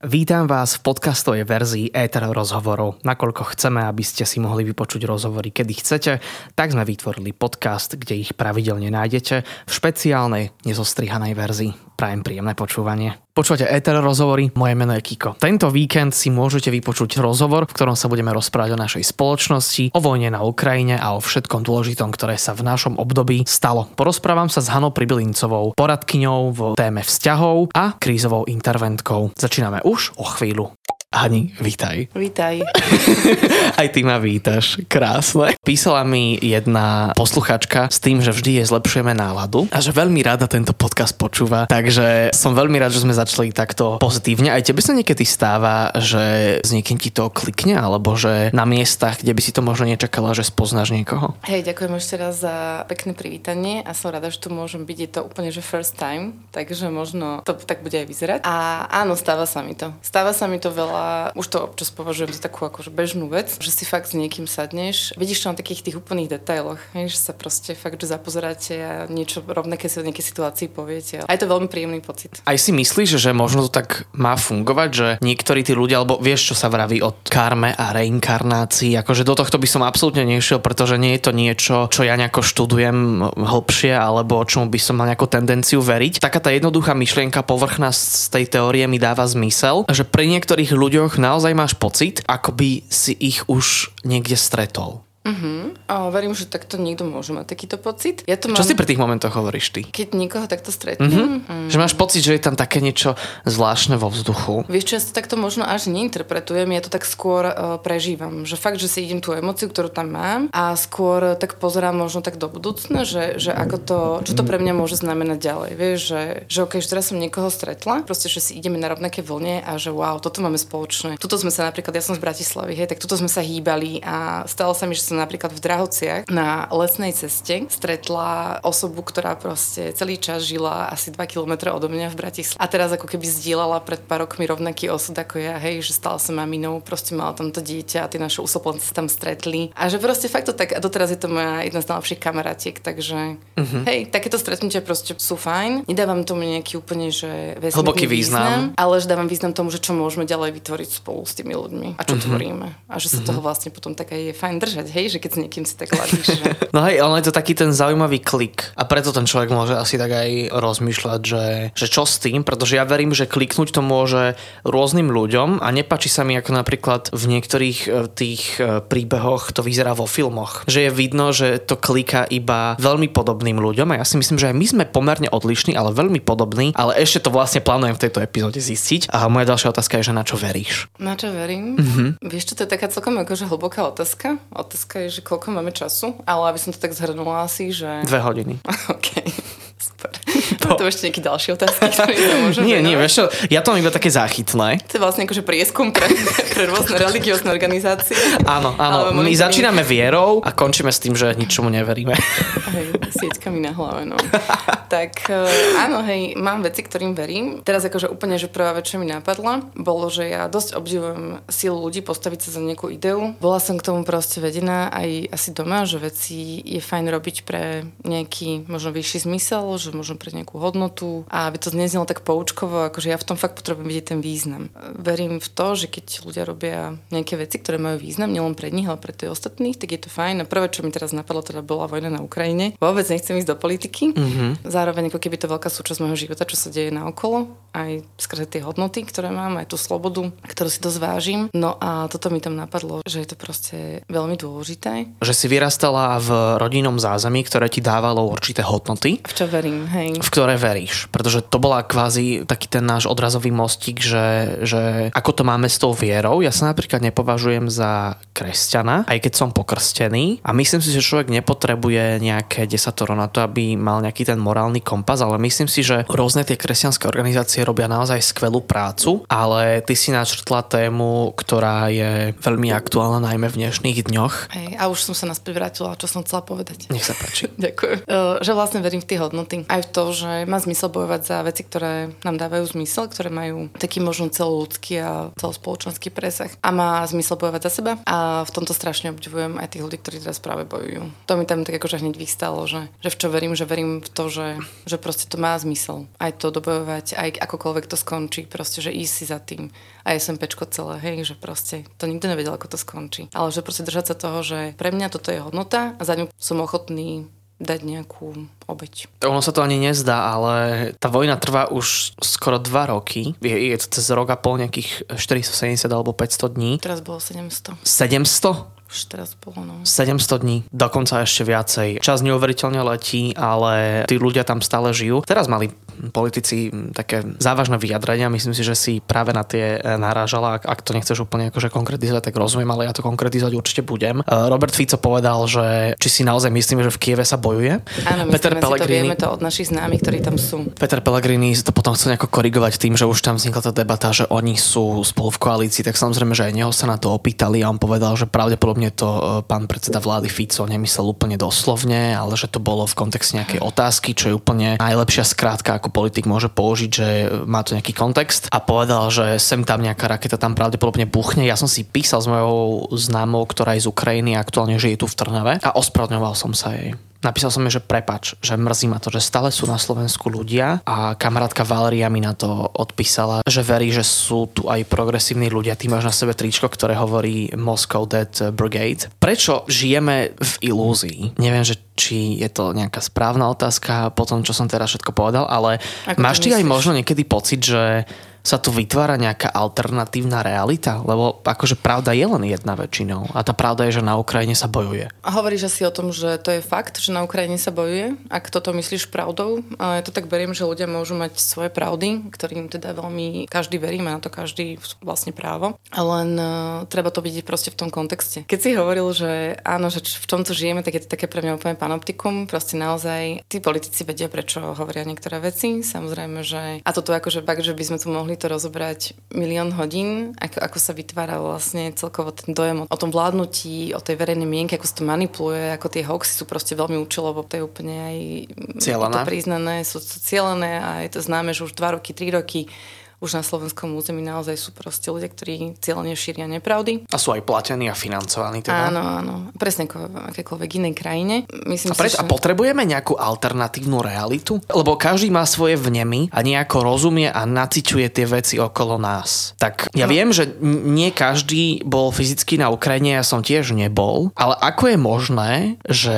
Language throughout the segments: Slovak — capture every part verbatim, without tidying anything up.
Vítam vás v podcastovej verzii Éter rozhovorov. Nakoľko chceme, aby ste si mohli vypočuť rozhovory, kedy chcete, tak sme vytvorili podcast, kde ich pravidelne nájdete v špeciálnej, nezostrihanej verzii. Prajem príjemné počúvanie. Počúvate Éter rozhovory, moje meno je Kiko. Tento víkend si môžete vypočuť rozhovor, v ktorom sa budeme rozprávať o našej spoločnosti, o vojne na Ukrajine a o všetkom dôležitom, ktoré sa v našom období stalo. Porozprávam sa s Hanou Pribylincovou, poradkyňou v téme vzťahov a krízovou interventkou. Začíname už o chvíľu. Hani, vítaj. Vítaj. Aj ty ma vítaš. Krásne. Písala mi jedna posluchačka s tým, že vždy jej zlepšujeme náladu a že veľmi rada tento podcast počúva. Takže som veľmi rád, že sme začali takto pozitívne. Aj tebe sa niekedy stáva, že s niekým ti to klikne, alebo že na miestach, kde by si to možno nečakala, že spoznáš niekoho? Hej, ďakujem ešte raz za pekné privítanie a som rada, že tu môžem byť. Je to úplne, že first time, takže možno to tak bude aj vyzerať. A áno, stáva sa mi to. Stáva sa mi to veľa. Už to občas považujem za takú akože bežnú vec, že si fakt s niekým sadneš. Vidíš to na takých tých úplných detailoch, hej, že sa proste fakt, že zapozeráte a niečo rovnaké si o nejakej situácii poviete. A je to veľmi príjemný pocit. Aj si myslíš, že možno to tak má fungovať, že niektorí tí ľudia, alebo vieš, čo sa vraví o karme a reinkarnácii, akože do tohto by som absolútne nešiel, pretože nie je to niečo, čo ja nejako študujem hlbšie, alebo čomu by som mal nejakú tendenciu veriť. Taká tá jednoduchá myšlienka povrchná z tej teórie mi dáva zmysel, že pri niektorých ľuďoch naozaj máš pocit, ako by si ich už niekde stretol. Uh-huh. A verím, že takto niekto môže mať takýto pocit. Ja to mám... Čo si pri tých momentoch hovoríš ty? Keď niekoho takto stretnem. Uh-huh. Mm. Že máš pocit, že je tam také niečo zvláštne vo vzduchu. Vieš čo, ja to takto možno až neinterpretujem, ja to tak skôr uh, prežívam. Že fakt, že si idem tú emóciu, ktorú tam mám a skôr tak pozerám možno tak do budúcna, že, že ako to, čo to pre mňa môže znamenať ďalej. Vieš, že, že okej, že teraz som niekoho stretla, proste, že si ideme na rovnaké vlne a že wow, toto máme spoločné. Tuto sme sa napríklad, ja som z Bratislavy, hej, tak tuto sme sa hýbali a stalo sa mi, že som napríklad v Drahociach na lesnej ceste stretla osobu, ktorá proste celý čas žila asi dva kilometre odo mňa v Bratislave. A teraz ako keby zdieľala pred pár rokmi rovnaký osud ako ja, hej, že stala sa maminou, proste mala tam to dieťa a tie naše úsoplence sa tam stretli. A že proste fakt to tak, a doteraz je to moja jedna z najlepších kamaratiek, takže uh-huh. hej, takéto stretnutia proste sú fajn. Nedávam tomu nejaký úplne, že hlboký význam, význam, ale že dávam význam tomu, že čo môžeme ďalej vytvoriť spolu s tými ľuďmi a čo uh-huh. tvoríme. A že sa uh-huh. toho vlastne potom tak aj je fajn držať, hej, že keď s niekým si tak ladíš. Že... No hej, ono je to taký ten zaujímavý klik a preto ten človek môže asi tak aj rozmýšľať, že, že čo s tým, pretože ja verím, že kliknúť to môže rôznym ľuďom a nepáči sa mi ako napríklad v niektorých tých príbehoch to vyzerá vo filmoch, že je vidno, že to kliká iba veľmi podobným ľuďom a ja si myslím, že aj my sme pomerne odlišní, ale veľmi podobní, ale ešte to vlastne plánujem v tejto epizóde zistiť. A moja ďalšia otázka je, že na čo veríš? Na čo verím? Mm-hmm. Vieš čo, to je taká celkom akože hlboká otázka. Otázka je, že koľko máme času, ale aby som to tak zhrnula asi, že... Dve hodiny. OK, super. Po... To ešte nejaké ďalšie otázky, ktoré sa môžem Nie, venovať? nie, vieš čo, ja to mám iba také záchytné. To je vlastne akože prieskum pre, pre rôzne religiózne organizácie. Áno, áno, my monitoring. Začíname vierou a končíme s tým, že ničomu neveríme. Hej, sieťkami na hlave, no. Tak áno, hej, mám veci, ktorým verím. Teraz akože úplne, že prvá vec, čo mi napadla, bolo, že ja dosť obdivujem silu ľudí postaviť sa za nejakú ideu. Bola som k tomu proste vedená aj asi doma, že veci je fajn robiť pre nejaký možno vyšší zmysel, že možno pre nejakú hodnotu a aby to neznelo tak poučkovo, akože ja v tom fakt potrebujem vidieť ten význam. Verím v to, že keď ľudia robia nejaké veci, ktoré majú význam, nielen pre nich, ale pre tých ostatných, tak je to fajn. A prvé, čo mi teraz napadlo, teda bola vojna na Ukrajine. Vôbec nechcem ísť do politiky. Mm-hmm. Zároveň ako keby to veľká súčasť môjho života, čo sa deje naokolo, aj skrze tie hodnoty, ktoré mám, aj tú slobodu, ktorú si dosť vážim. No a toto mi tam napadlo, že je to proste veľmi dôležité. Že si vyrastala v rodinnom zázemí, ktoré ti dávalo určité hodnoty. V čo verím, hej. V ktoré veríš. Pretože to bola kvázi taký ten náš odrazový mostík, že, že ako to máme s tou vierou. Ja sa napríklad nepovažujem za kresťana, aj keď som pokrstený. A myslím si, že človek nepotrebuje nejaké desatoro na to, aby mal nejaký ten morálny kompas, ale myslím si, že rôzne tie kresťanské organizácie robia naozaj skvelú prácu, ale ty si načrtla tému, ktorá je veľmi aktuálna najmä v dnešných dňoch. Hej, a už som sa naspäť vrátila, čo som chcela povedať. Nech sa páči. Ďakujem. Uh, že vlastne verím v tie hodnoty. Aj v to, že že má zmysel bojovať za veci, ktoré nám dávajú zmysel, ktoré majú taký možno celoľudský a celospoločenský presah. A má zmysel bojovať za seba. A v tomto strašne obdivujem aj tých ľudí, ktorí teraz práve bojujú. To mi tam tak akože hneď vystalo, že, že v čo verím, že verím v to, že, že proste to má zmysel. Aj to dobojovať, aj akokoľvek to skončí, proste, že ísť si za tým. A SMPčko celé, hej, že proste to nikto nevedel, ako to skončí. Ale že proste držať sa toho, že pre mňa toto je hodnota a za ňu som ochotný dať nejakú obeť. Ono sa to ani nezdá, ale tá vojna trvá už skoro dva roky. Je, je to cez rok a pol nejakých štyristosedemdesiat alebo päťsto dní. Teraz bolo sedemsto. sedemsto? Už teraz bolo, no. sedemsto dní, dokonca ešte viacej. Čas neuveriteľne letí, ale tí ľudia tam stále žijú. Teraz mali politici také závažné vyjadrenia, myslím si, že si práve na tie narážala, ak, ak to nechceš úplne akože konkretizovať, tak rozumiem, ale ja to konkretizovať určite budem. Robert Fico povedal, že či si naozaj myslíme, že v Kieve sa bojuje. Áno, Peter Pellegrini, to vieme to od našich známych, ktorí tam sú. Peter Pellegrini to potom chcel nejako korigovať tým, že už tam vznikla tá debata, že oni sú spolu v koalícii, tak samozrejme, že aj neho sa na to opýtali a on povedal, že pravdepodobne to pán predseda vlády Fico nemyslel úplne doslovne, ale že to bolo v kontexte nejakej otázky, čo je úplne najlepšia skrátka, ako politik môže použiť, že má to nejaký kontext, a povedal, že sem tam nejaká raketa tam pravdepodobne buchne. Ja som si písal s mojou známou, ktorá je z Ukrajiny a aktuálne žije tu v Trnave, a ospravedlňoval som sa jej. Napísal som jej, že prepač, že mrzí ma to, že stále sú na Slovensku ľudia, a kamarátka Valéria mi na to odpísala, že verí, že sú tu aj progresívni ľudia. Ty máš na sebe tričko, ktoré hovorí Moscow Dead Brigade. Prečo žijeme v ilúzii? Neviem, že či je to nejaká správna otázka po tom, čo som teraz všetko povedal, ale ako máš ty aj možno niekedy pocit, že sa tu vytvára nejaká alternatívna realita? Lebo akože pravda je len jedna väčšinou. A tá pravda je, že na Ukrajine sa bojuje. A hovoríš asi o tom, že to je fakt, že na Ukrajine sa bojuje? Ak toto myslíš pravdou? A ja to tak beriem, že ľudia môžu mať svoje pravdy, ktorým teda veľmi každý verí, má na to každý vlastne právo. Len uh, treba to vidieť proste v tom kontexte. Keď si hovoril, že áno, že v tomto žijeme, tak je to také pre mňa úplne panoptikum. Proste naozaj tí politici vedia, prečo hovoria niektoré veci. Samozrejme, že a toto akože fakt, že by sme tu mohli to rozobrať milión hodín, ako, ako sa vytvára vlastne celkovo ten dojem o, o tom vládnutí, o tej verejnej mienke, ako sa to manipuluje, ako tie hoaxy sú proste veľmi účelovo, to je úplne aj cielené. To priznané, sú to cielené a je to známe, že už dva roky, tri roky už na slovenskom území naozaj sú proste ľudia, ktorí cieľene šíria nepravdy. A sú aj platení a financovaní teda. Áno, áno. Presne ako v akékoľvek inej krajine. Myslím a, preč, si, že... a potrebujeme nejakú alternatívnu realitu? Lebo každý má svoje vnemy a nejako rozumie a naciťuje tie veci okolo nás. Tak ja no. viem, že nie každý bol fyzicky na Ukrajine, ja som tiež nebol, ale ako je možné, že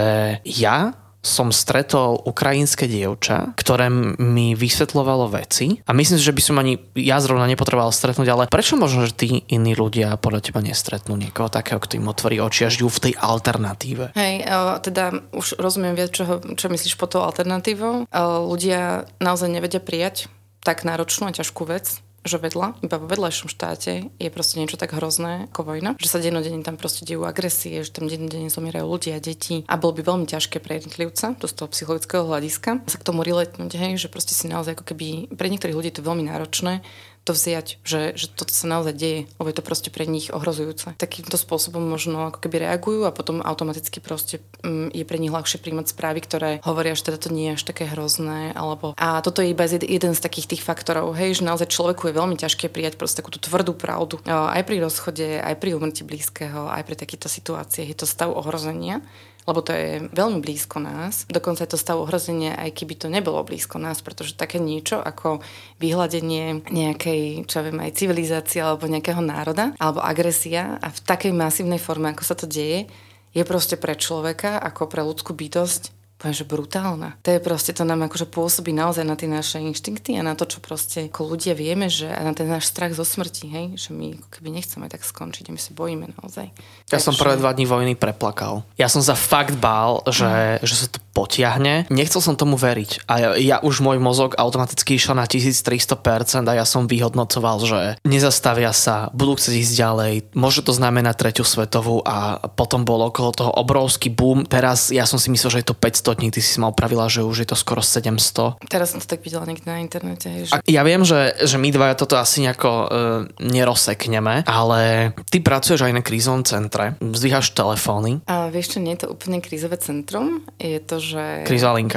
ja som stretol ukrajinské dievča, ktoré mi vysvetľovalo veci, a myslím si, že by som ani ja zrovna nepotreboval stretnúť, ale prečo možno, že tí iní ľudia podľa teba nestretnú niekoho takého, kto im otvorí oči a žijú v tej alternatíve? Hej, teda už rozumiem viac, čo, čo myslíš pod tou alternatívou. Ľudia naozaj nevedia prijať tak náročnú a ťažkú vec, že vedľa, iba vo vedľajšom štáte je proste niečo tak hrozné ako vojna, že sa dennodenne tam proste dejú agresie, že tam dennodenne zomierajú ľudia, deti, a bolo by veľmi ťažké pre jednotlivca, to z toho psychologického hľadiska, sa k tomu relatnúť, hej, že proste si naozaj ako keby pre niektorých ľudí to je veľmi náročné to vziať, že, že toto sa naozaj deje, lebo je to proste pre nich ohrozujúce. Takýmto spôsobom možno ako keby reagujú a potom automaticky proste um, je pre nich ľahšie príjmať správy, ktoré hovoria, že teda to nie je až také hrozné, alebo a toto je iba jeden z takých tých faktorov, hej, že naozaj človeku je veľmi ťažké prijať proste takúto tvrdú pravdu. Aj pri rozchode, aj pri úmrtí blízkeho, aj pri takýchto situáciách je to stav ohrozenia, lebo to je veľmi blízko nás. Dokonca je to stav ohrozenia, aj keby to nebolo blízko nás, pretože také niečo ako vyhľadenie nejakej, čo ja viem, aj civilizácie alebo nejakého národa, alebo agresia a v takej masívnej forme, ako sa to deje, je proste pre človeka, ako pre ľudskú bytosť, poviem, že brutálna. To je proste, to nám akože pôsobí naozaj na tie naše inštinkty a na to, čo proste ako ľudia vieme, že a na ten náš strach zo smrti, hej, že my ako keby nechceme tak skončiť a my sa bojíme naozaj. Ja tak, som prvé dva dní vojny preplakal. Ja som sa fakt bál, že, mm. že sa to potiahne. Nechcel som tomu veriť. A ja, ja už môj mozog automaticky išiel na tisíctristo percent a ja som vyhodnocoval, že nezastavia sa, budú chcieť ísť ďalej, môže to znamenať tretiu svetovú, a potom bol okolo toho obrovský boom. Teraz ja som si myslel, že je to päťsto dní, ty si ma opravila, že už je to skoro sedemsto. Teraz som to tak videla niekde na internete. Že... A ja viem, že, že my dvaja toto asi nejako e, nerozsekneme, ale ty pracuješ aj na krízovom centre, zdvíhaš telefóny. A vieš čo, nie je to úplne krízové centrum, je to, že... Krízová linka.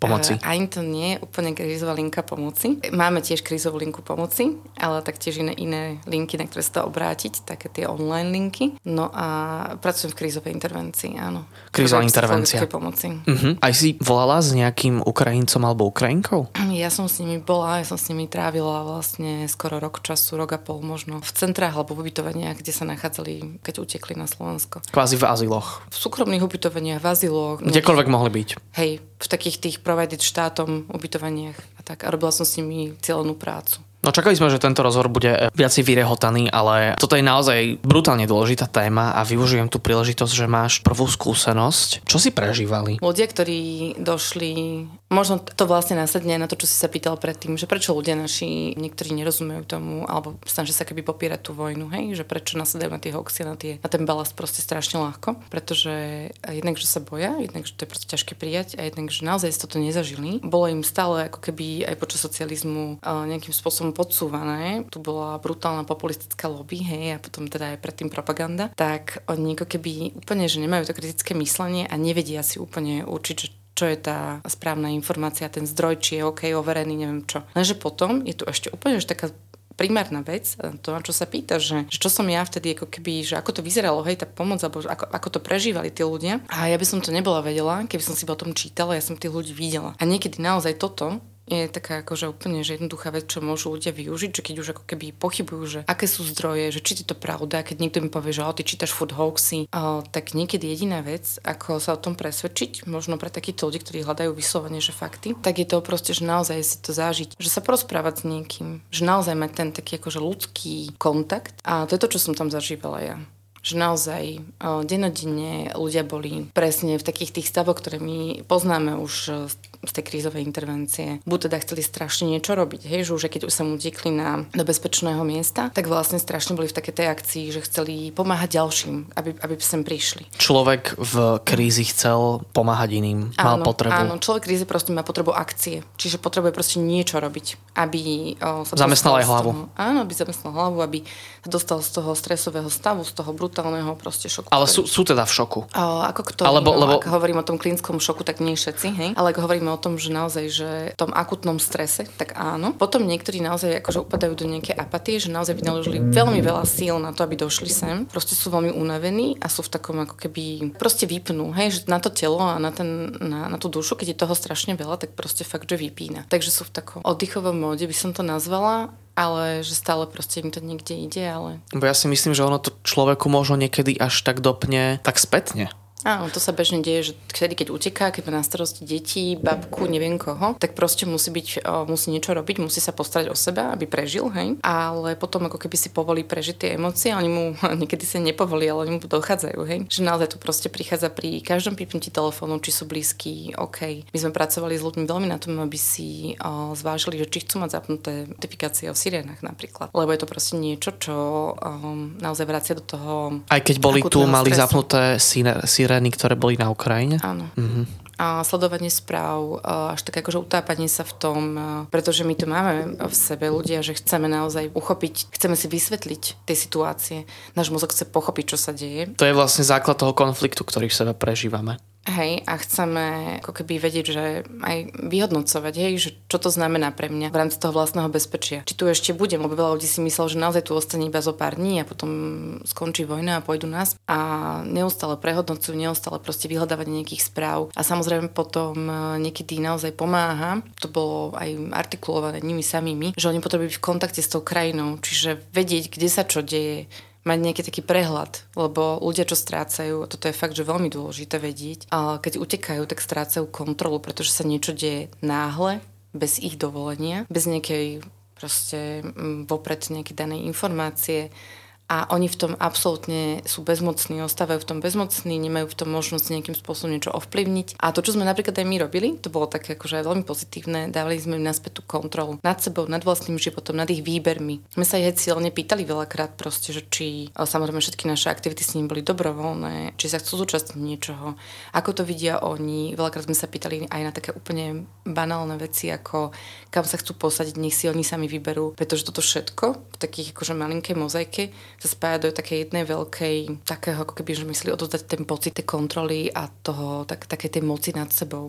pomoci? Uh, ani to nie je úplne krízová linka pomoci. Máme tiež krízovú linku pomoci, ale taktiež iné, iné linky, na ktoré sa to obrátiť, také tie online linky. No a pracujem v krízovej intervencii, áno. Krízová intervencia. Pomoci. Uh-huh. Aj si volala s nejakým Ukrajincom alebo Ukrajinkou? Ja som s nimi bola, ja som s nimi trávila vlastne skoro rok času, rok a pol možno v centrách alebo v ubytovaniach, kde sa nachádzali, keď utekli na Slovensko. Kvázi v azyloch. V súkromných ubytovaniach, v azyloch. Kdekoľvek mohli byť. Hej, v takých tých provided štátom ubytovaniach a tak. A robila som s nimi cieľenú prácu. No čakali sme, že tento rozhovor bude viacej vyrehotaný, ale toto je naozaj brutálne dôležitá téma a využijem tú príležitosť, že máš prvú skúsenosť. Čo si prežívali? Ľudia, ktorí došli, možno to vlastne následne na to, čo si sa pýtal predtým, že prečo ľudia naši, niektorí nerozumejú tomu, alebo snažia sa keby popierať tú vojnu, hej, že prečo nasedajú na tie hoxy, na, tie, na ten balast proste strašne ľahko, pretože jednak, že sa boja, jednak, že to je proste ťažké prijať a jednak, že naozaj si toto nezažili. Bolo im stále ako keby aj počas socializmu nejakým spôsobom podsúvané, tu bola brutálna populistická lobby, hej, a potom teda aj predtým propaganda, tak oni ako keby úplne, že nemajú to kritické myslenie a nevedia si úplne určiť, že čo je tá správna informácia, ten zdroj, či je OK, overený, neviem čo. Lenže potom je tu ešte úplne že taká primárna vec, to, na čo sa pýta, že, že čo som ja vtedy, ako keby, že ako to vyzeralo, hej, tá pomoc, alebo ako, ako to prežívali tí ľudia. A ja by som to nebola vedela, keby som si o tom čítala, ja som tých ľudí videla. A niekedy naozaj toto je taká akože úplne že jednoduchá vec, čo môžu ľudia využiť, že keď už ako keby pochybujú, že aké sú zdroje, že či je to pravda, keď niekto mi povie, že o, ty čítaš food hoaxy, o, tak niekedy jediná vec, ako sa o tom presvedčiť, možno pre takýchto ľudí, ktorí hľadajú vyslovene, že fakty, tak je to proste, že naozaj si to zažiť, že sa porozprávať s niekým, že naozaj mať ten taký akože ľudský kontakt a to je to, čo som tam zažívala ja. Že naozaj o, dennodenne ľudia boli presne v takých tých stavoch, ktoré my poznáme už z tej krízovej intervencie. Buď teda chceli strašne niečo robiť, hej, že už keď už sa mu utekli na, do bezpečného miesta, tak vlastne strašne boli v takej tej akcii, že chceli pomáhať ďalším, aby, aby sem prišli. Človek v krízi chcel pomáhať iným, mal áno, potrebu. Áno, človek v kríze proste má potrebu akcie, čiže potrebuje proste niečo robiť, aby o, sa zamestnal aj hlavu. Toho, áno, aby zamestnal hlavu, aby sa dostal z toho stresového stavu, z toho brutálneho proste šoku. Ale sú, sú teda v šoku. O, ako kto, Alebo, no, lebo... ak hovorím o tom klinickom šoku, tak nie všetci, hej? Ale ak hovoríme o tom, že naozaj, že v tom akutnom strese, tak áno. Potom niektorí naozaj akože upadajú do nejakej apatie, že naozaj vynaložili veľmi veľa síl na to, aby došli sem. Proste sú veľmi unavení a sú v takom ako keby proste vypnú, hej, že na to telo a na, ten, na, na tú dušu, keď je toho strašne veľa, tak proste fakt, že vypína. Takže sú v takom oddychovom móde, by som to nazvala, ale že stále proste im to niekde ide, ale... Bo ja si myslím, že ono to človeku možno niekedy až tak dopne tak spätne. Áno, to sa bežne deje, že vtedy, keď uteká, keď má na starosti deti, babku, neviem koho, tak proste musí byť, musí niečo robiť, musí sa postarať o seba, aby prežil, hej. Ale potom ako keby si povolí prežiť tie emócie, oni mu niekedy sa nepovolí, ale oni mu dochádzajú, hej. Že naozaj to proste prichádza pri každom pípnutí telefónu, či sú blízki, OK. My sme pracovali s ľuďmi veľmi na tom, aby si o, zvážili, že či chcú mať zapnuté notifikácie o sirénach napríklad. Lebo je to proste niečo, čo um, naozaj vracia do toho. Aj keď boli tu, mali stresu. Zapnuté sirény, ktoré boli na Ukrajine? Áno. Mhm. A sledovanie správ, až tak akože utápanie sa v tom, pretože my to máme v sebe ľudia, že chceme naozaj uchopiť, chceme si vysvetliť tie situácie. Náš mozog chce pochopiť, čo sa deje. To je vlastne základ toho konfliktu, ktorý v sebe prežívame. Hej, a chceme ako keby vedieť, že aj vyhodnocovať, hej, že čo to znamená pre mňa v rámci toho vlastného bezpečia. Či tu ešte budem, lebo veľa ľudí si myslel, že naozaj tu ostane iba zo pár dní a potom skončí vojna a pôjdu nás. A neustále prehodnocujú, neustále proste vyhľadávanie nejakých správ. A samozrejme potom niekedy naozaj pomáha, to bolo aj artikulované nimi samými, že oni potrebujú byť v kontakte s tou krajinou, čiže vedieť, kde sa čo deje, mať nejaký taký prehľad, lebo ľudia, čo strácajú, a toto je fakt, že veľmi dôležité vedieť, a keď utekajú, tak strácajú kontrolu, pretože sa niečo deje náhle, bez ich dovolenia, bez nejakej proste vopred nejakej danej informácie a oni v tom absolútne sú bezmocní, ostávajú v tom bezmocní, nemajú v tom možnosť nejakým spôsobom niečo ovplyvniť. A to, čo sme napríklad aj my robili, to bolo také akože veľmi pozitívne, dávali sme im naspäť tú kontrolu nad sebou, nad vlastným životom, nad ich výbermi. My sa ich cieľne pýtali veľakrát proste, že či samozrejme všetky naše aktivity s nimi boli dobrovoľné, či sa chcú zúčastniť niečoho, ako to vidia oni. Veľakrát sme sa pýtali aj na také úplne banálne veci, ako kam sa chcú posadiť, nech si oni sami vyberú, pretože toto všetko v takých akože malinkej mozaike sa spája do takej jednej veľkej, takého, ako keby, že myslí odozdať ten pocit tej kontroly a toho, tak, také tej moci nad sebou.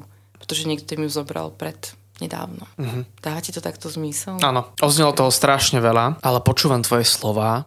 pretože niekto im ju zobral pred nedávno. Uh-huh. Dáva ti to takto zmysel? Áno, oznelo toho strašne veľa, ale počúvam tvoje slová.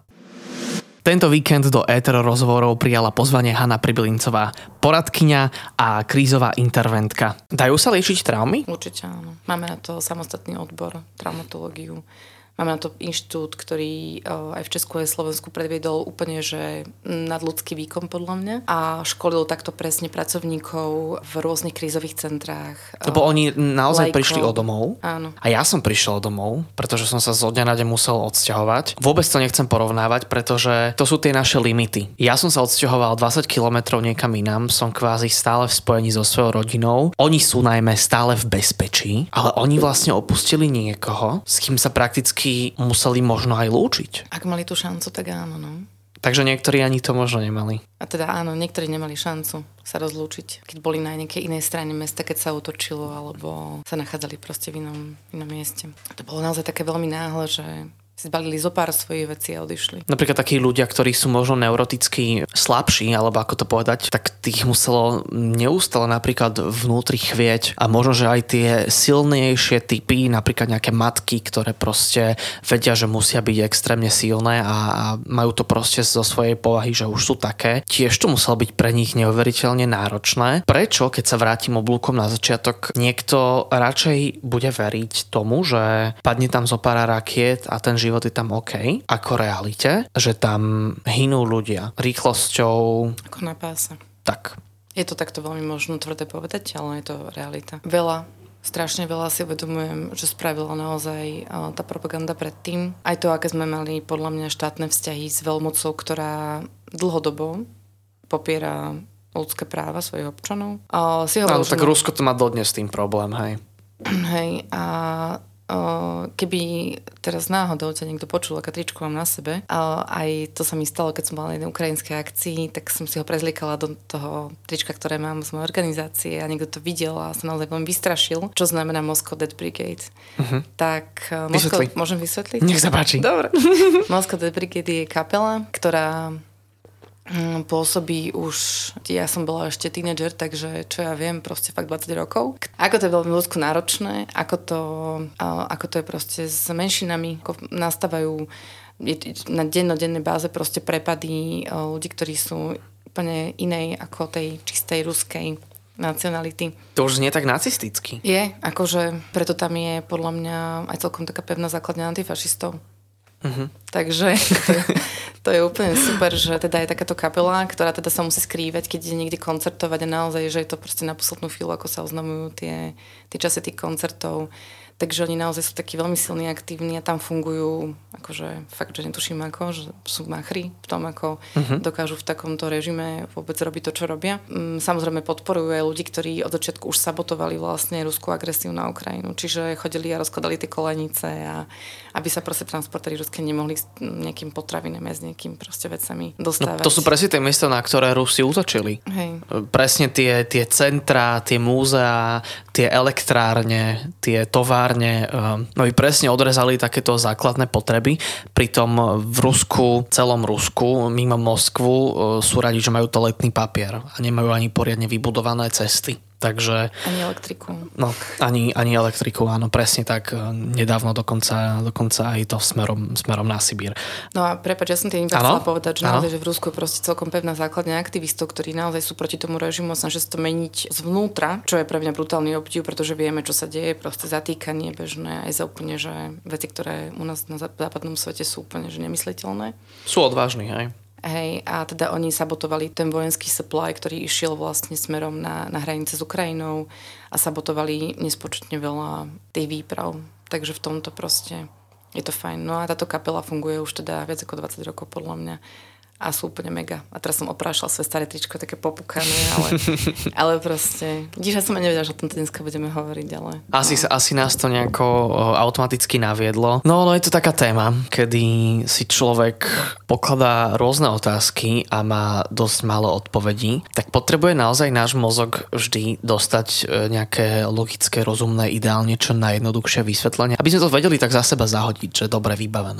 Tento víkend do éter rozhovorov prijala pozvanie Hana Pribylincová, poradkyňa a krízová interventka. Dajú sa liečiť traumy? Určite áno. Máme na to samostatný odbor, traumatológiu. Máme na to inštitút, ktorý aj v Česku aj Slovensku predviedol úplne, že nadľudský výkon podľa mňa a školil takto presne pracovníkov v rôznych krízových centrách. Lebo oni naozaj lajkov. Prišli o domov. Áno. A ja som prišiel domov, pretože som sa zo dňa na deň musel odsťahovať. Vôbec to nechcem porovnávať, pretože to sú tie naše limity. Ja som sa odsťahoval dvadsať kilometrov niekam inám, som kvázi stále v spojení so svojou rodinou. Oni sú najmä stále v bezpečí, ale oni vlastne opustili niekoho, s kým sa prakticky museli možno aj lúčiť. Ak mali tú šancu, tak áno, no. Takže niektorí ani to možno nemali. A teda áno, niektorí nemali šancu sa rozlúčiť, keď boli na nejakej inej strane mesta, keď sa utočilo, alebo sa nachádzali proste v inom, inom mieste. To bolo naozaj také veľmi náhle, že si zbalili zo pár svojich vecí a odišli. Napríklad takí ľudia, ktorí sú možno neuroticky slabší, alebo ako to povedať, tak tých muselo neustále napríklad vnútri chvieť a možno, že aj tie silnejšie typy, napríklad nejaké matky, ktoré proste vedia, že musia byť extrémne silné a, a majú to proste zo svojej povahy, že už sú také, tiež to muselo byť pre nich neuveriteľne náročné. Prečo, keď sa vrátim oblúkom na začiatok, niekto radšej bude veriť tomu, že padne tam zo pár rakiet a ten život je tam OK, ako realite, že tam hynú ľudia rýchlosťou... Ako na páse. Tak. Je to takto veľmi možno tvrdé povedať, ale je to realita. Veľa, strašne veľa si uvedomujem, že spravila naozaj tá propaganda predtým. Aj to, aké sme mali podľa mňa štátne vzťahy s veľmocou, ktorá dlhodobo popiera ľudské práva svojich občanov. A si hovoril, no, tak Rusko to má dodnes s tým problém, hej. Hej, a keby teraz náhodou ťa niekto počul, aká tričku mám na sebe, aj to sa mi stalo, keď som bola na jednej ukrajinskej akcii, tak som si ho prezliekala do toho trička, ktoré mám z mojej organizácie a niekto to videl a sa naozaj veľmi vystrašil, čo znamená Moscow Dead Brigade. Uh-huh. Tak Moscow, môžem vysvetliť? Nech sa páči. Dobre. Moscow Dead Brigade je kapela, ktorá pôsobí už, ja som bola ešte tínedžer, takže čo ja viem, proste fakt dvadsať rokov. Ako to je veľmi ľudsko náročné, ako to, ako to je proste s menšinami, ako nastávajú na dennodennej báze proste prepady ľudí, ktorí sú úplne inej ako tej čistej ruskej nacionality. To už znie tak nacisticky. Je, akože preto tam je podľa mňa aj celkom taká pevná základňa antifašistov. Uh-huh. Takže to je, to je úplne super, že teda je takáto kapela, ktorá teda sa musí skrývať, keď ide niekde koncertovať a naozaj, že je to proste na poslednú chvíľu, ako sa oznamujú tie, tie časy tých koncertov. Takže oni naozaj sú takí veľmi silní, aktívni a tam fungujú, akože fakt, že netuším ako, že sú machri v tom, ako uh-huh. dokážu v takomto režime vôbec robiť to, čo robia. Samozrejme podporujú aj ľudí, ktorí od začiatku už sabotovali vlastne ruskú agresiu na Ukrajinu. Čiže chodili a rozkladali tie kolenice a aby sa proste transportéri ruské nemohli s nejakým potravinami a s nejakým proste vecami dostávať. No, to sú presne tie miesta, na ktoré Rusi útočili. Hej. Presne tie, tie centrá, tie múzeá, tie elektrárne, tie továrne, no i presne odrezali takéto základné potreby. Pritom v Rusku, celom Rusku, mimo Moskvu sú radi, že majú toaletný papier a nemajú ani poriadne vybudované cesty. Takže... Ani elektriku. No, ani, ani elektriku, áno, presne tak. Nedávno dokonca, dokonca aj to smerom, smerom na Sibír. No a prepáč, ja som tým iba chcela povedať, že naozaj, že v Rusku je proste celkom pevná základňa aktivistov, ktorí naozaj sú proti tomu režimu a snažia sa to meniť zvnútra, čo je pre mňa brutálny obdiv, pretože vieme, čo sa deje, proste zatýkanie bežné, aj za úplne, že veci, ktoré u nás na západnom svete sú úplne že nemysliteľné. Sú odvážni, hej. Hej, a teda oni sabotovali ten vojenský supply, ktorý išiel vlastne smerom na, na hranice s Ukrajinou a sabotovali nespočetne veľa tých výprav. Takže v tomto proste je to fajn. No a táto kapela funguje už teda viac ako dvadsať rokov podľa mňa. A sú úplne mega. A teraz som oprášala svoje staré tričko, také popukané, ale, ale proste... Vidíš, ja som aj nevedela, že o tom dneska budeme hovoriť, ale... Asi, no. asi nás to nejako automaticky naviedlo. No, no je to taká téma, kedy si človek pokladá rôzne otázky a má dosť málo odpovedí. Tak potrebuje naozaj náš mozog vždy dostať nejaké logické, rozumné, ideálne čo najjednoduchšie vysvetlenie. Aby sme to vedeli tak za seba zahodiť, že dobre vybavené. Mm.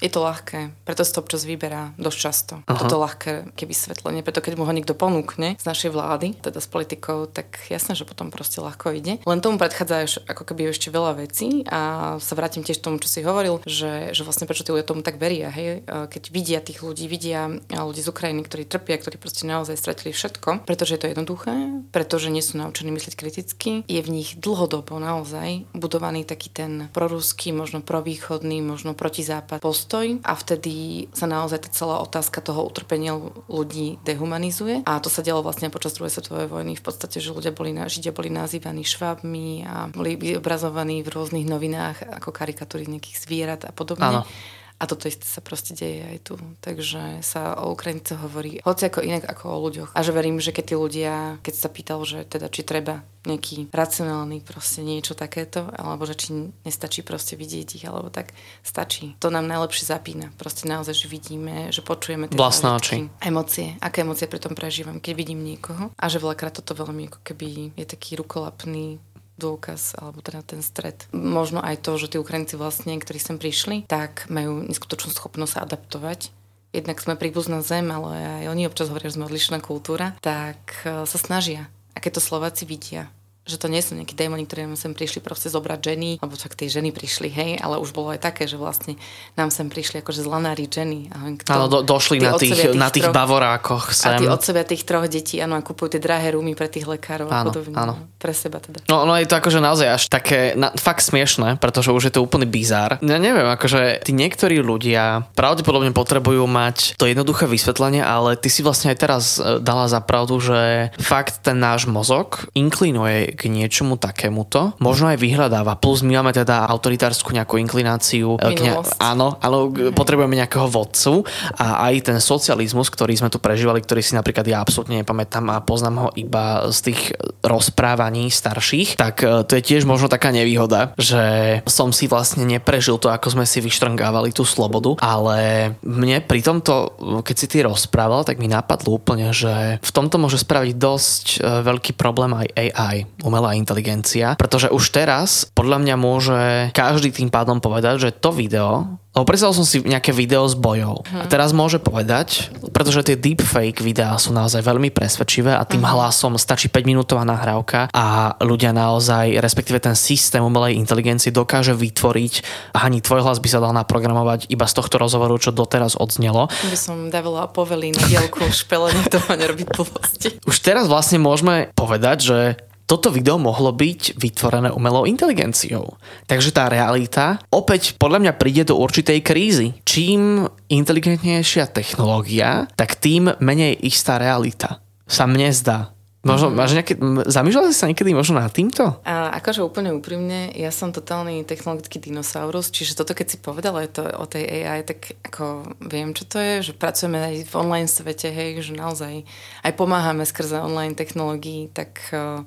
Je to ľahké, preto sa to občas vyberá dosť často. Aha. Toto ľahké keby vysvetlenie, preto keď mu ho niekto ponúkne z našej vlády, teda s politikou, tak jasné, že potom proste ľahko ide. Len tomu predchádza až ako keby ešte veľa vecí a sa vrátim tiež k tomu, čo si hovoril, že, že vlastne prečo tí ľudia tomu tak veria, hej? Keď vidia tých ľudí, vidia ľudí z Ukrajiny, ktorí trpia, ktorí proste naozaj stratili všetko, pretože je to jednoduché, pretože nie sú naučení myslieť kriticky, je v nich dlhodobo naozaj budovaný taký ten proruský, možno provýchodný, možno protizápad postoj a vtedy sa naozaj tá celá otázka toho utrpenia ľudí dehumanizuje. A to sa dialo vlastne počas druhej svetovej vojny. V podstate, že ľudia boli, Židia boli nazývaní švábmi a boli obrazovaní v rôznych novinách ako karikatúry nejakých zvierat a podobne. Áno. A toto isté sa proste deje aj tu. Takže sa o Ukrajincoch hovorí hoci ako inak ako o ľuďoch. A že verím, že keď tí ľudia, keď sa pýtal, že teda či treba nejaký racionálny proste niečo takéto, alebo že či nestačí proste vidieť ich, alebo tak stačí. To nám najlepšie zapína. Proste naozaj, že vidíme, že počujeme tie vlastné oči. Emócie. Aké emócie pri tom prežívam, keď vidím niekoho. A že veľakrát toto veľmi ako keby je taký rukolapný dôkaz, alebo teda ten stred. Možno aj to, že tí Ukrajinci vlastne, ktorí sem prišli, tak majú neskutočnú schopnosť sa adaptovať. Jednak sme príbuzná zem, ale aj oni občas hovoria, že sme odlišná kultúra, tak sa snažia. A keď to Slováci vidia, že to nie sú nejakí démoni, ktorí nám sem prišli proste zobrať ženy, alebo však tie ženy prišli, hej, ale už bolo aj také, že vlastne nám sem prišli akože zlanári ženy. Áno, do, došli na tých, tých, na tých troch, bavorákoch sem. A tí otcovia tých troch detí, áno, a kupujú tie drahé rúmy pre tých lekárov a podobne. Áno. Pre seba teda. No, no je to akože naozaj až také na, fakt smiešné, pretože už je to úplný bizár. Ja neviem, akože tí niektorí ľudia pravdepodobne potrebujú mať to jednoduché vysvetlenie, ale ty si vlastne aj teraz dala za pravdu, že fakt ten náš mozog inklinuje k niečomu takémuto. Možno aj vyhľadáva. Plus my máme teda autoritárskú nejakú inklináciu. Ne- áno, áno, mm. potrebujeme nejakého vodcu a aj ten socializmus, ktorý sme tu prežívali, ktorý si napríklad ja absolútne nepamätám a poznám ho iba z tých rozprávaní starších, tak to je tiež možno taká nevýhoda, že som si vlastne neprežil to, ako sme si vyštrngávali tú slobodu, ale mne pri tomto, keď si ty rozprával, tak mi napadlo úplne, že v tomto môže spraviť dosť veľký problém aj á í, umelá inteligencia, pretože už teraz podľa mňa môže každý tým pádom povedať, že to video, lebo predstavil som si nejaké video s bojov hmm. a teraz môže povedať, pretože tie deepfake videá sú naozaj veľmi presvedčivé a tým uh-huh. hlasom stačí päťminútová nahrávka a ľudia naozaj, respektíve ten systém umelej inteligencie dokáže vytvoriť, ani tvoj hlas by sa dal naprogramovať iba z tohto rozhovoru, čo doteraz odznelo. By som dávala povely na diaľku špelenie toho a nerobiť blbosti. Už teraz vlastne môžeme povedať, že toto video mohlo byť vytvorené umelou inteligenciou. Takže tá realita opäť podľa mňa príde do určitej krízy. Čím inteligentnejšia technológia, tak tým menej istá realita. Sa mne zdá. Možno, máš nejaké, zamýšľala si sa niekedy možno nad týmto? A akože úplne úprimne, ja som totálny technologický dinosaurus, čiže toto keď si povedala to o tej á í, tak ako viem, čo to je, že pracujeme aj v online svete, hej, že naozaj aj pomáhame skrze online technológií, tak...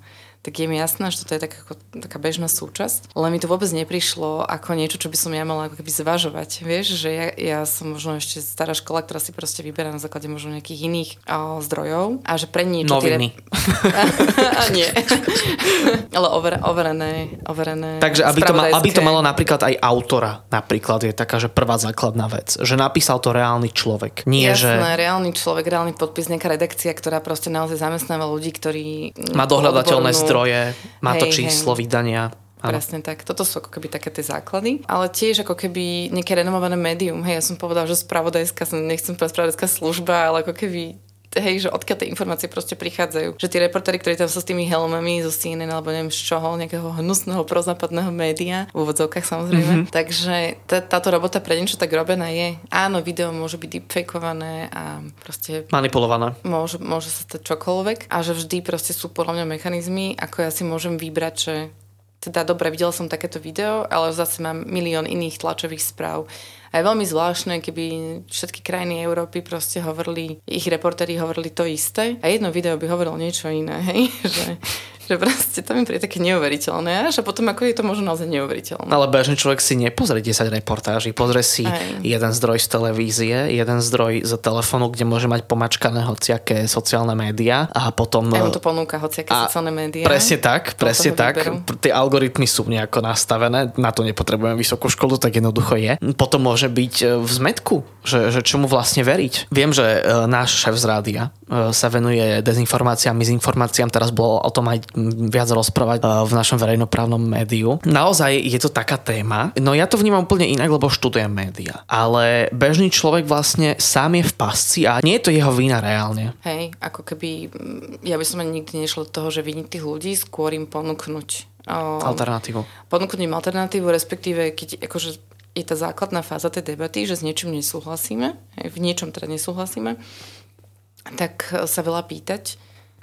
tak je mi jasné, že toto je tak ako, taká bežná súčasť. Len mi to vôbec neprišlo ako niečo, čo by som ja mala ako keby zvažovať. Vieš, že ja, ja som možno ešte stará škola, ktorá si proste vyberá na základe možno nejakých iných o, zdrojov a že pre niečo... Noviny. A nie. Ale over, overené, overené Takže aby to, ma, aby to malo napríklad aj autora, napríklad je taká, že prvá základná vec. Že napísal to reálny človek. Nie, Jasné, že... reálny človek, reálny podpis, nejaká redakcia, ktorá proste naozaj zamestnáva ľudí, ktorí... Má dohľadateľné zdroje. Má to hej, číslo hej. vydania. Áno. Presne tak. Toto sú ako keby také tie základy. Ale tiež ako keby nejaké renomované médium. Hej, ja som povedala, že spravodajská, nechcem povedať spravodajská služba, ale ako keby hej, že odkiaľ tie informácie proste prichádzajú. Že tí reportéri, ktorí tam sú s tými helmami zo C N N alebo neviem z čoho, nejakého hnusného prozápadného média, v úvodzovkách samozrejme. Mm-hmm. Takže tá, táto robota pre niečo tak robená je. Áno, video môže byť deepfakeované a proste... manipulované. Môže, môže sa stať čokoľvek a že vždy proste sú podľa mňa mechanizmy, ako ja si môžem vybrať, že teda dobre, videla som takéto video, ale zase mám milión iných tlačových správ. A je veľmi zvláštne, keby všetky krajiny Európy proste hovorili, ich reportéri hovorili to isté a jedno video by hovorilo niečo iné, hej? Že, Že proste to mi príde také neuveriteľné, že potom ako je to možno naozaj neuveriteľné. Ale bežný človek si nepozrie desať reportáží, pozrie si Aj. jeden zdroj z televízie, jeden zdroj z telefónu, kde môže mať pomačkané hociaké sociálne médiá a potom... Aj mu to ponúka hociaké sociálne médiá. Presne tak, presne tak. Výberu. Tie algoritmy sú nejako nastavené, na to nepotrebujeme vysokú školu, tak jednoducho je. Potom môže byť v zmätku, že, že čomu vlastne veriť. Viem, že náš šéf z rádia sa venuje dezinformáciám, mizinformáciám, teraz bolo o tom aj viac rozprávať v našom verejnoprávnom médiu. Naozaj je to taká téma, no ja to vnímam úplne inak, lebo študujem média. Ale bežný človek vlastne sám je v pasci a nie je to jeho vina reálne. Hej, ako keby, ja by som ani nikdy nešla do toho, že viniť tých ľudí, skôr im ponúknuť o, alternatívu. Ponúknuť im alternatívu, respektíve keď akože je tá základná fáza tej debaty, že s niečím nesúhlasíme, hej, v niečom teda nesúhlasíme, tak sa veľa pýtať.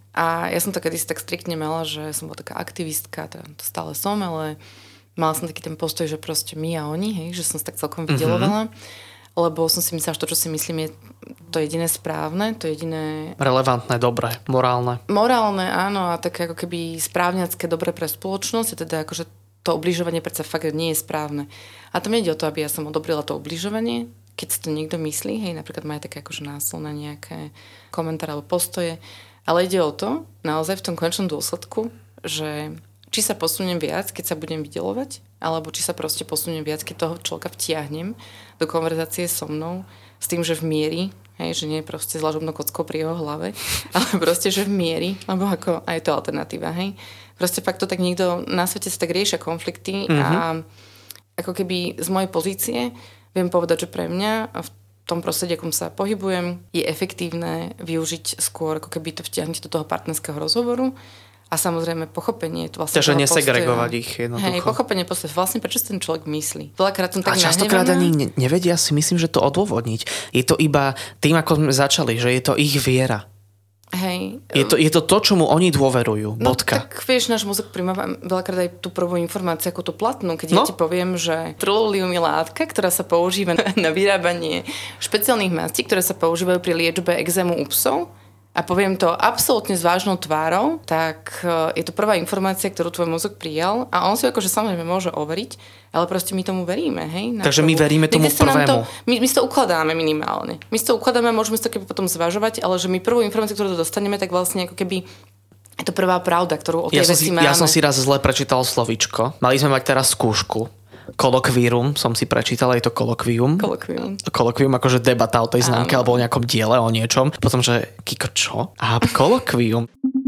A ja som to kedysi tak striktne mala, že som bola taká aktivistka, teda to stále som, ale mala som taký ten postoj, že proste my a oni, hej, že som sa tak celkom vydelovala, mm-hmm. lebo som si myslela, že to, čo si myslím, je to jediné správne, to jediné... relevantné, dobré, morálne. Morálne, áno, a také ako keby správňacké, dobré pre spoločnosť, a teda akože to ubližovanie predsa fakt nie je správne. A to nejde o to, aby ja som odobrila to ubližovanie, keď si to niekto myslí, hej, napríklad má aj také akože násilné nejaké komentáre alebo postoje. Ale ide o to, naozaj v tom konečnom dôsledku, že či sa posuniem viac, keď sa budem vydeľovať, alebo či sa proste posuniem viac, keď toho človeka vtiahnem do konverzácie so mnou, s tým, že v miery, hej, že nie je proste s lažobnou kockou pri jeho hlave, ale proste, že v miery, lebo ako aj to alternatíva, hej. Proste fakt to tak niekto na svete sa tak riešia konflikty mm-hmm. a ako keby z mojej pozície viem povedať, že pre mňa v tom prostredí, akom sa pohybujem, je efektívne využiť skôr ako keby to vtiahnuť do toho partnerského rozhovoru a samozrejme pochopenie. Vlastne Takže nesegregovať ich jednoducho. Hej, pochopenie postoja. Vlastne prečo si ten človek myslí. Veľakrát som tak a častokrát ani nevedia si myslím, že to odôvodniť. Je to iba tým, ako sme začali, že je to ich viera. Hej. Je to, je to to, čomu oni dôverujú. No bodka. Tak vieš, náš mozog primáva veľakrát aj tú prvú informáciu ako tú platnú. Keď no. ja ti poviem, že trololium je látka, ktorá sa používa na vyrábanie špeciálnych mastí, ktoré sa používajú pri liečbe ekzému u psov, a poviem to absolútne s vážnou tvárou, tak je to prvá informácia, ktorú tvoj mozog prijal a on si akože samozrejme môže overiť, ale proste my tomu veríme, hej? Takže my veríme tomu prvému. To, my, my si to ukladáme minimálne. My si to ukladáme, môžeme si to keby potom zvažovať, ale že my prvú informáciu, ktorú to dostaneme, tak vlastne ako keby je to prvá pravda, ktorú o tej ja veci si, máme. Ja som si raz zle prečítal slovíčko. Mali sme mať teraz skúšku. Kolokvírum som si prečítala, je to kolokvium. Kolokvium. Kolokvium, akože debata o tej známke alebo o nejakom diele, o niečom. Potom, že Kiko, čo? A kolokvium.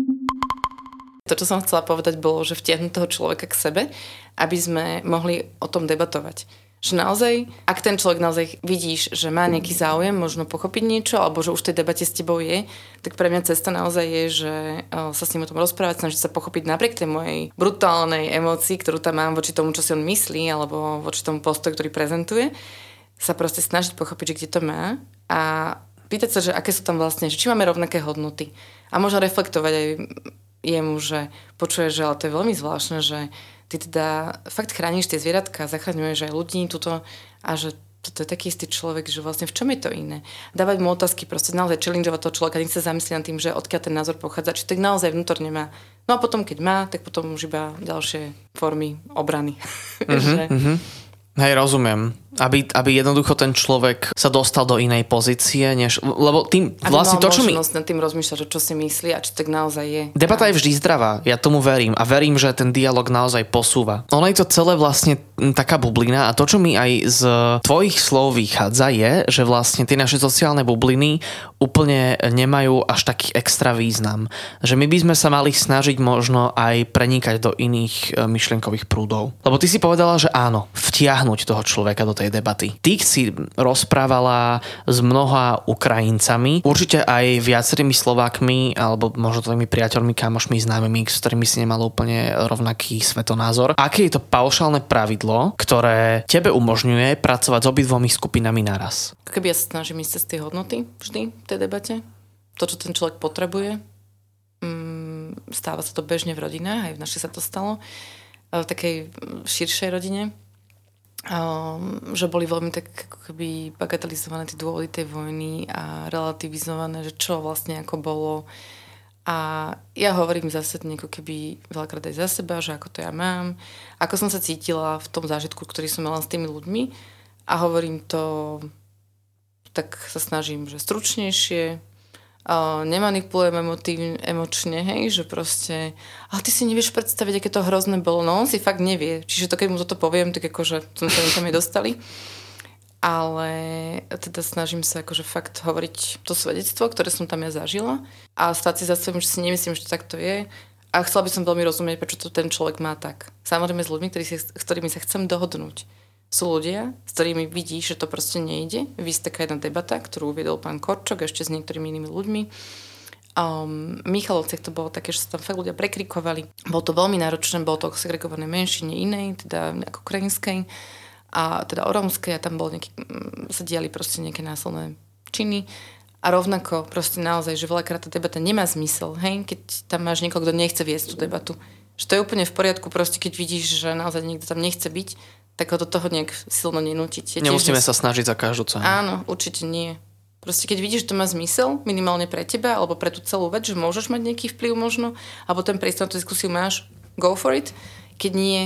To, čo som chcela povedať, bolo, že vtiahnuť toho človeka k sebe, aby sme mohli o tom debatovať. Že naozaj, ak ten človek naozaj vidíš, že má nejaký záujem, možno pochopiť niečo, alebo že už v tej debate s tebou je, tak pre mňa cesta naozaj je, že sa s ním o tom rozprávať, snažiť sa pochopiť napriek tej mojej brutálnej emócii, ktorú tam mám voči tomu, čo si on myslí, alebo voči tomu postoju, ktorý prezentuje, sa proste snažiť pochopiť, že kde to má a pýtať sa, že aké sú tam vlastne, že či máme rovnaké hodnoty. A možno reflektovať aj jemu, že počuje, že ale to je veľmi zvláštne, že ty teda fakt chrániš tie zvieratka, zachraňuješ aj ľudí tuto a že toto je taký istý človek, že vlastne v čom je to iné. Dávať mu otázky, proste naozaj challengeovať toho človeka, nech sa zamyslí nad tým, že odkiaľ ten názor pochádza, či tak naozaj vnútorne má. No a potom, keď má, tak potom už iba ďalšie formy obrany. Mm-hmm, mm-hmm. Hej, rozumiem. Aby, aby jednoducho ten človek sa dostal do inej pozície, než... Lebo tým vlastne to, čo mi... Aby mal možnosť nad tým rozmýšľať, že čo si myslí a či tak naozaj je. Debata je vždy zdravá, ja tomu verím. A verím, že ten dialog naozaj posúva. Ono je to celé vlastne taká bublina a to, čo mi aj z tvojich slov vychádza, je, že vlastne tie naše sociálne bubliny úplne nemajú až taký extra význam. Že my by sme sa mali snažiť možno aj prenikať do iných myšlienkových prúdov. Lebo ty si povedala, že áno, vtiahnuť toho človeka do tej debaty. Ty si rozprávala s mnoha Ukrajincami, určite aj viacerými Slovákmi, alebo možno tvojimi priateľmi, kamošmi, známymi, s ktorými si nemala úplne rovnaký svetonázor. Aké je to paušálne pravidlo, ktoré tebe umožňuje pracovať s obidvomi skupinami naraz? Keby ja sa snažím ísť cez tie hodnoty vždy v tej debate, to, čo ten človek potrebuje, mm, stáva sa to bežne v rodinách, aj v našej sa to stalo, v takej širšej rodine, Um, že boli veľmi tak ako keby bagatelizované tie dôvody tej vojny a relativizované, že čo vlastne ako bolo A ja hovorím zase ako keby veľakrát aj za seba, že ako to ja mám, ako som sa cítila v tom zážitku, ktorý som mala s tými ľuďmi a hovorím to, tak sa snažím, že stručnejšie, uh, nemanipulujem emotívne, emočne, hej, že proste, ale ty si nevieš predstaviť, aké to hrozné bolo, no on si fakt nevie, čiže to keď mu toto poviem, tak akože sme sa niekam dostali. Ale teda snažím sa akože fakt hovoriť to svedectvo, ktoré som tam ja zažila a stať si za svojím, že si nemyslím, že to takto je a chcela by som veľmi rozumieť, prečo to ten človek má tak. Samozrejme s ľuďmi, ktorí si, s ktorými sa chcem dohodnúť. Sú ľudia, s ktorými vidíš, že to proste nejde. Vysť taká jedna debata, ktorú uviedol pán Korčok ešte s niektorými inými ľuďmi. Um, Michalovciach to bolo také, že sa tam fakt ľudia prekrikovali. Bolo to veľmi náročné, bolo to segregované menšine inej, teda ako ukrajinskej. A teda o rómskej a tam bol nejaký, sa diali proste nejaké násilné činy a rovnako proste naozaj, že veľakrát tá debata nemá zmysel, hej, keď tam máš niekoho, kto nechce viesť tú debatu. Že to je úplne v poriadku, proste keď vidíš, že naozaj niekto tam nechce byť, tak ho do toho nejak silno nenútiť. Nemusíme sa snažiť za každú cenu. Áno, určite nie. Proste keď vidíš, že to má zmysel, minimálne pre teba, alebo pre tú celú vec, že môžeš mať nejaký vplyv možno, alebo ten priestor na tú diskusiu máš, go for it. Keď nie,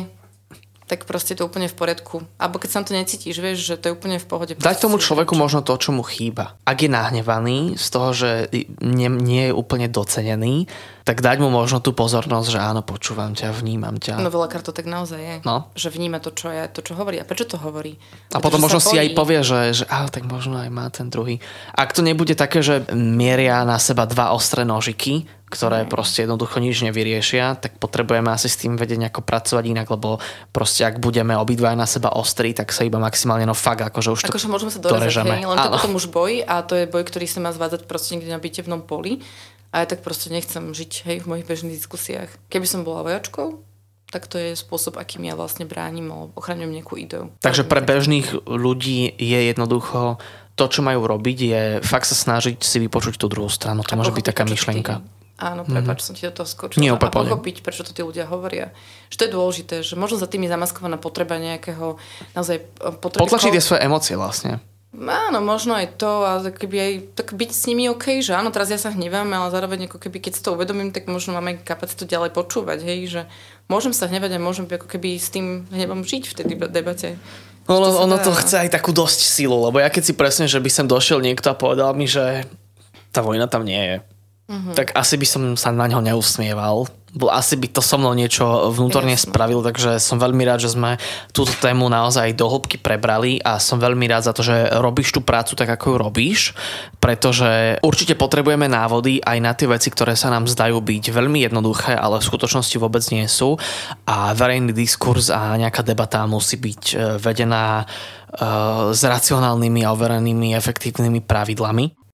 tak proste to úplne v poriadku. Alebo keď sa to necítiš, vieš, že to je úplne v pohode. Dať tomu človeku možno to, čo mu chýba. Ak je nahnevaný z toho, že nie, nie je úplne docenený, tak dať mu možno tú pozornosť, že áno, počúvam ťa, vnímam ťa. No veľakrát to tak naozaj je. No. Že vníma to, čo je, to, čo hovorí. A prečo to hovorí? A potom možno si aj povie, že, že á, tak možno aj má ten druhý. Ak to nebude také, že mieria na seba dva ostré nožiky, ktoré mm. proste jednoducho nič nevyriešia, tak potrebujeme asi s tým vedieť nejako pracovať inak, lebo proste ak budeme obidvaja na seba ostrí, tak sa iba maximálne no fakt, akože už to akože môžeme sa dorezať, hej, len to potom už boj a to je boj, ktorý sa má zvádzať proste niekde na bitevnom poli a ja tak proste nechcem žiť, hej, v mojich bežných diskusiách. Keby som bola vojačkou, tak to je spôsob, akým ja vlastne bránim alebo ochraňujem nejakú ideu. Takže pre bežných ľudí je jednoducho to, čo majú robiť, je fakt sa snažiť si vypočuť tú druhú stranu. To a môže byť taká myšlienka. Ty... Áno, prepáč, mm-hmm. som ti do toho skočila. Nie, a pochopiť, prečo to tí ľudia hovoria. Že to je dôležité, že možno za tým je zamaskovaná potreba nejakého naozaj potreby... Potlačiť tie svoje emócie vlastne. Áno, možno aj to a keby aj tak byť s nimi OK, že áno, teraz ja sa hnevám, ale zároveň ako keby, keď si to uvedomím, tak možno máme kapacitu ďalej počúvať, hej, že môžem sa hnevať a môžem ako keby s tým hnevom žiť v tej debate. Ono to, ono to chce aj takú dosť silu, lebo ja keď si presne, že by sem došiel niekto a povedal mi, že tá vojna tam nie je. Mm-hmm. Tak asi by som sa na ňo neusmieval. Asi by to so mnou niečo vnútorne Jasne. spravil, takže som veľmi rád, že sme túto tému naozaj do hĺbky prebrali a som veľmi rád za to, že robíš tú prácu tak, ako ju robíš, pretože určite potrebujeme návody aj na tie veci, ktoré sa nám zdajú byť veľmi jednoduché, ale v skutočnosti vôbec nie sú a verejný diskurs a nejaká debata musí byť vedená uh, s racionálnymi a overenými efektívnymi pravidlami.